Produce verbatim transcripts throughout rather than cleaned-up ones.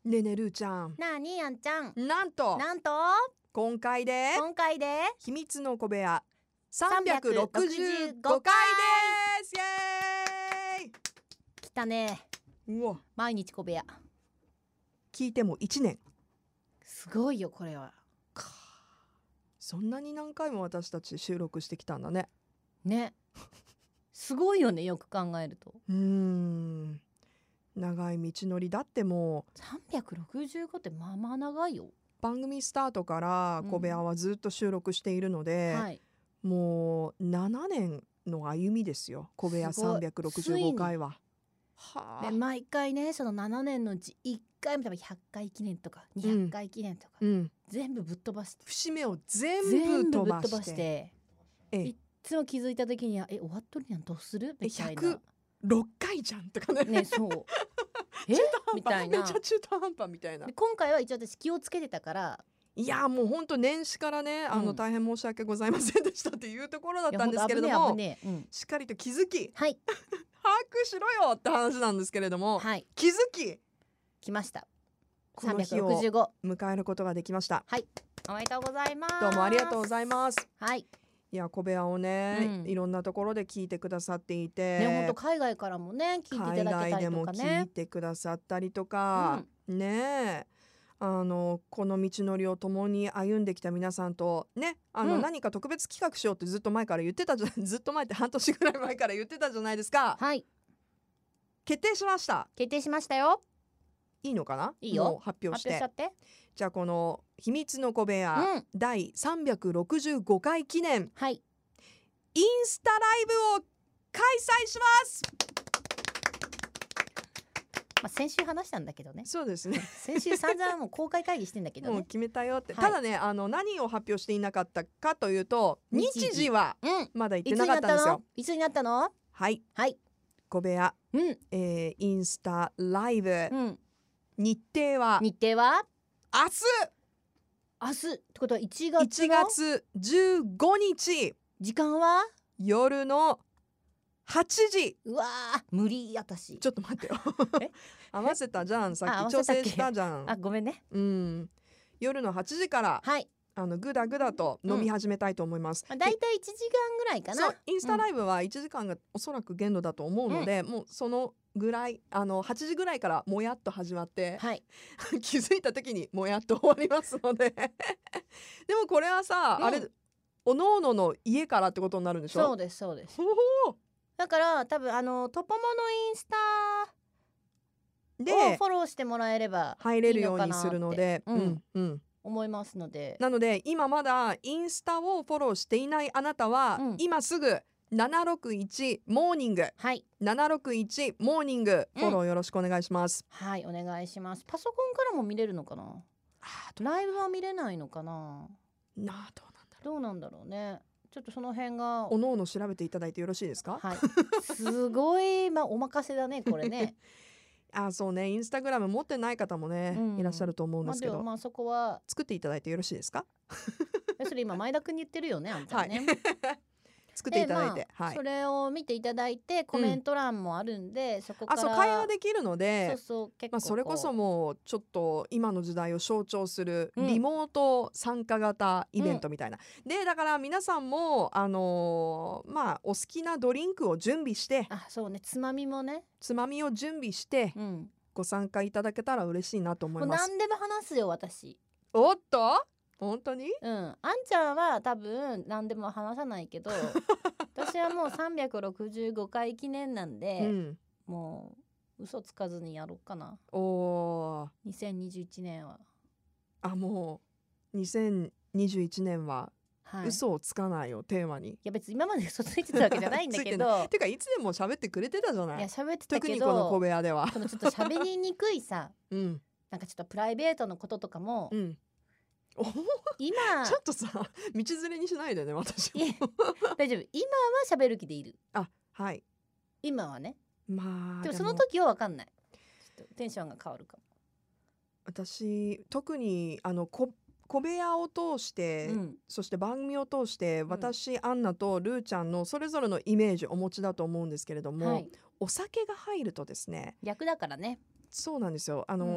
ねえねえるーちゃん、 なあにあんちゃん、 なんとなんと今回で今回で秘密の小部屋さんびゃくろくじゅうごかいです。イエーイ。 来たね。 うわ、 毎日小部屋。 聞いてもいちねんすごいよこれは。 か。そんなに何回も私たち収録してきたんだね。 ね。すごいよね、よく考えると。 うーん、長い道のりだって。もうさんびゃくろくじゅうごってまあまあ長いよ。 番組スタートから小部屋はずっと収録しているので、 はい。 もうななねんの歩みですよ、小部屋すごいさんびゃくろくじゅうごかいは。はあ、 で毎回ね、そのななねんのうちいっかいも多分ひゃっかい記念とかにひゃっかい記念とか、 うん、 全部ぶっ飛ばして節目を全全部部飛ばしてぶっ飛ばしてええいっつも気づいた時にはえ終わっとるやん、どうするみたいなひゃくろっかいじゃんとかね。 ね。そうえみたいな。 めっちゃ中途半端みたいなで。今回は一応私気をつけてたから、 いやもう本当年始からね、あのうん大変申し訳ございませんでしたっていうところだったんですけれどいやほも、 んと危ねえ危ねえ、うん、 しっかりと気づきはい把握しろよって話なんですけれども、 はい気づき来ました。 この日さんびゃくろくじゅうご。 を迎えることができました。 はい、おめでとうございます。 どうもありがとうございます。 はい。 いや小部屋をね、 うんいろんなところで聞いてくださっていて、 ね、本当海外からもね聞いていただけたりとかね。 海外でも聞いてくださったりとか、ねえ、あのこの道のりを共に歩んできた皆さんとね、あの、 うん何か特別企画しようってずっと前から言ってたじゃずっと前って半年ぐらい前から言ってたじゃないですか。 はい、 決定しました。 決定しましたよ。 いいのかな。 いいよ、 もう発表して。 発表しちゃって。 じゃあこの秘密の小部屋、 うん、 だいさんびゃくろくじゅうごかい記念はい、 インスタライブを開催します。 まあ、先週話したんだけどね。 そうですね。 先週散々もう公開会議してんだけどね。 もう決めたよって、 はい、 ただね、あの何を発表していなかったかというと、日日時時はうんまだ言ってなかったんですよ。 いつになったの？ はい、 はい、 小部屋、 うんえーインスタライブ、 うん、 日程は日程は明明日ってことはいち日がつのいちがつじゅうごにち時間は夜のはちじ。 うわー無理私。 ちょっと待ってよえ合わせたじゃん、さあ合っき調わせたっけ整したじゃん。 あごめんね。 うん夜のはちじからはい、 あのぐだぐだと飲み始めたいと思います。 まあ、だいたいいちじかんぐらいかな。 そうインスタライブはいちじかんがおそらく限度だと思うので、もうそのぐらい、あのはちじぐらいからもやっと始まって、 はい、 気づいた時にもやっと終わりますのででもこれはさ、 うんあれおのおのの家からってことになるんでしょ。 そうですそうです。 ほほだから多分あのトポモのインスタをでフォローしてもらえれば入れるようにするので、 いいのかなってうんうん思いますので、 なので今まだインスタをフォローしていないあなたは、 うん今すぐななろくいちモーニングはいななろくいちモーニングうんフォローよろしくお願いします。 はいお願いします。パソコンからも見れるのかな。 あーライブは見れないのかな。 どなあどうなんだろどうなんだろうね。ちょっとその辺がう。おのおの調べていただいてよろしいですか。 はいすごいまあお任せだねこれねあ、そうね、インスタグラム持ってない方もね、 うんいらっしゃると思うんですけど、 まあでもまあそこは作っていただいてよろしいですか。 えそれ今前田君に言ってるよねあんちゃんね、 作っていただいて、 でまあはい。 それを見ていただいてコメント欄もあるんで、そこからあ、そう会話できるので、 そうそう結構まあ、それこそもうちょっと今の時代を象徴するうんリモート参加型イベントみたいな、でだから皆さんもあのーまあお好きなドリンクを準備してあそうねつまみもね、 つまみを準備してうん、 ご参加いただけたら嬉しいなと思もいうます。 何でも話すよ私。 おっと本当にうん、あんちゃんは多分何でも話さないけど私はもうさんびゃくろくじゅうごかい記念なんで、 うんもう嘘つかずにやろうかなおーにせんにじゅういちねんは。 あもうにせんにじゅういちねんははい、 嘘をつかないをテーマに、 いや別に今まで嘘ついてたわけじゃないんだけどてかいつでも喋ってくれてたじゃないいや喋ってた特けにこの小ど部屋ではこのちょっと喋りにくいさうんなんかちょっとプライベートのこととかも、 うんお今ちょっとさ道連れにしないでね私もいや大丈夫今は喋る気でいる。 あはい今はね。 まあでもその時は分かんない。ちょっとテンションが変わるかも。 私特にあのこ小部屋を通して、 うん、 そして番組を通してん私、アンナとルーちゃんのそれぞれのイメージをお持ちだと思うんですけれども、 はい、 お酒が入るとですね逆だからね。 そうなんですよあの、 うん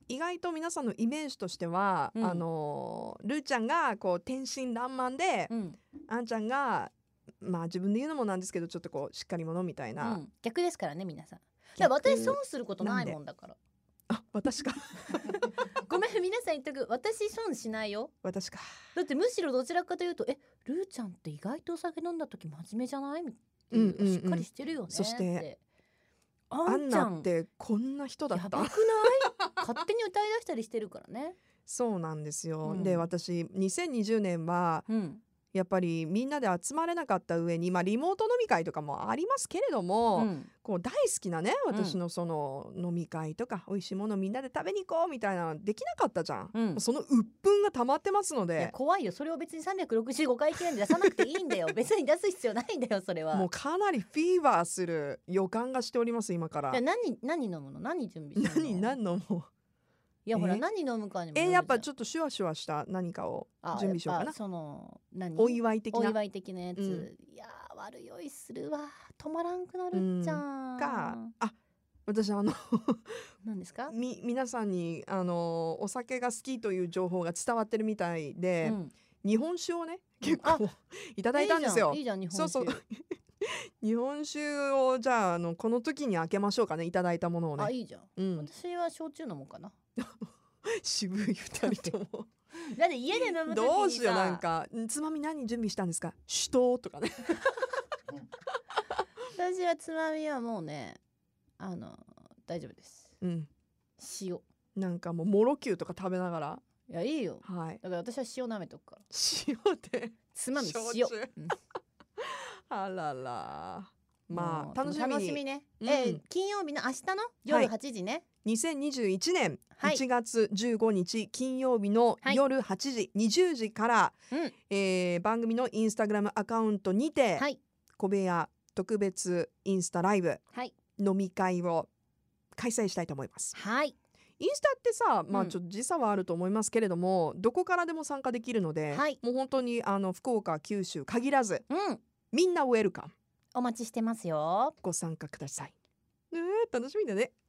意外と皆さんのイメージとしては、 うんあのルーちゃんがこう天真爛漫で、 うんあんちゃんがまあ自分で言うのもなんですけどちょっとこうしっかり者みたいな、 うん、逆ですからね皆さん。 逆だから私損することないもんだから。 あ私かごめん皆さん言っとく、私損しないよ。 私かだってむしろどちらかというとえルーちゃんって意外とお酒飲んだ時真面目じゃないっていう、 うんうんうんしっかりしてるよねって。 そしてあアンんちゃんナってこんな人だったやばくない勝手に歌い出したりしてるからね。 そうなんですよ、 うんで私にせんにじゅうねんはうんやっぱりみんなで集まれなかった上に、まあ、リモート飲み会とかもありますけれども、 うんこう大好きなね私のその飲み会とか美味しいものみんなで食べに行こうみたいなのできなかったじゃん、 うんその鬱憤が溜まってますのいやで怖いよ。それを別にさんびゃくろくじゅうごかい記念で出さなくていいんだよ別に出す必要ないんだよそれは。 もうかなりフィーバーする予感がしております今から。 じゃあ何何飲むの？何準備するの？ 何何のもういやほらえ何飲むかにもよるじゃん。 えやっぱちょっとシュワシュワした何かをあ準備しようかな。 やっぱその何お祝い的なお祝い的なやつ、 うんいやー悪酔いするわ止まらんくなるじゃん、 かあ私あの何ですか？ み皆さんにあのお酒が好きという情報が伝わってるみたいで、 うん日本酒をね結構いただいたんですよ。 いいじゃんいいじゃん日本酒。 そうそう日本酒をじゃあ、あのこの時に開けましょうかね、いただいたものをね。 あいいじゃん、 うん、 私は焼酎飲もうかな。 渋い二人ともだって家で飲む時にさどうしようなんかつまみ何準備したんですか酒盗とかね私はつまみはもうねあの大丈夫です。 うん塩なんかもうもろきゅうとか食べながらいやいいよ。 はいだから私は塩舐めとくから。 塩でつまみ焼塩、 酎うんあららまもうあ楽しみに楽しみね、 うんえー金曜日の明日の夜はちじね、 にせんにじゅういちねんはいいちがつじゅうごにち金曜日のはい夜はちじにじゅうじから、 うんえー番組のインスタグラムアカウントにて、 はい小部屋特別インスタライブはい飲み会を開催したいと思います。 はいインスタってさ、まあうんちょっと時差はあると思いますけれども、どこからでも参加できるので、 はいもう本当にあの福岡九州限らずうんみんなウェルカムお待ちしてますよ。 ご参加ください。ねえ楽しみだね。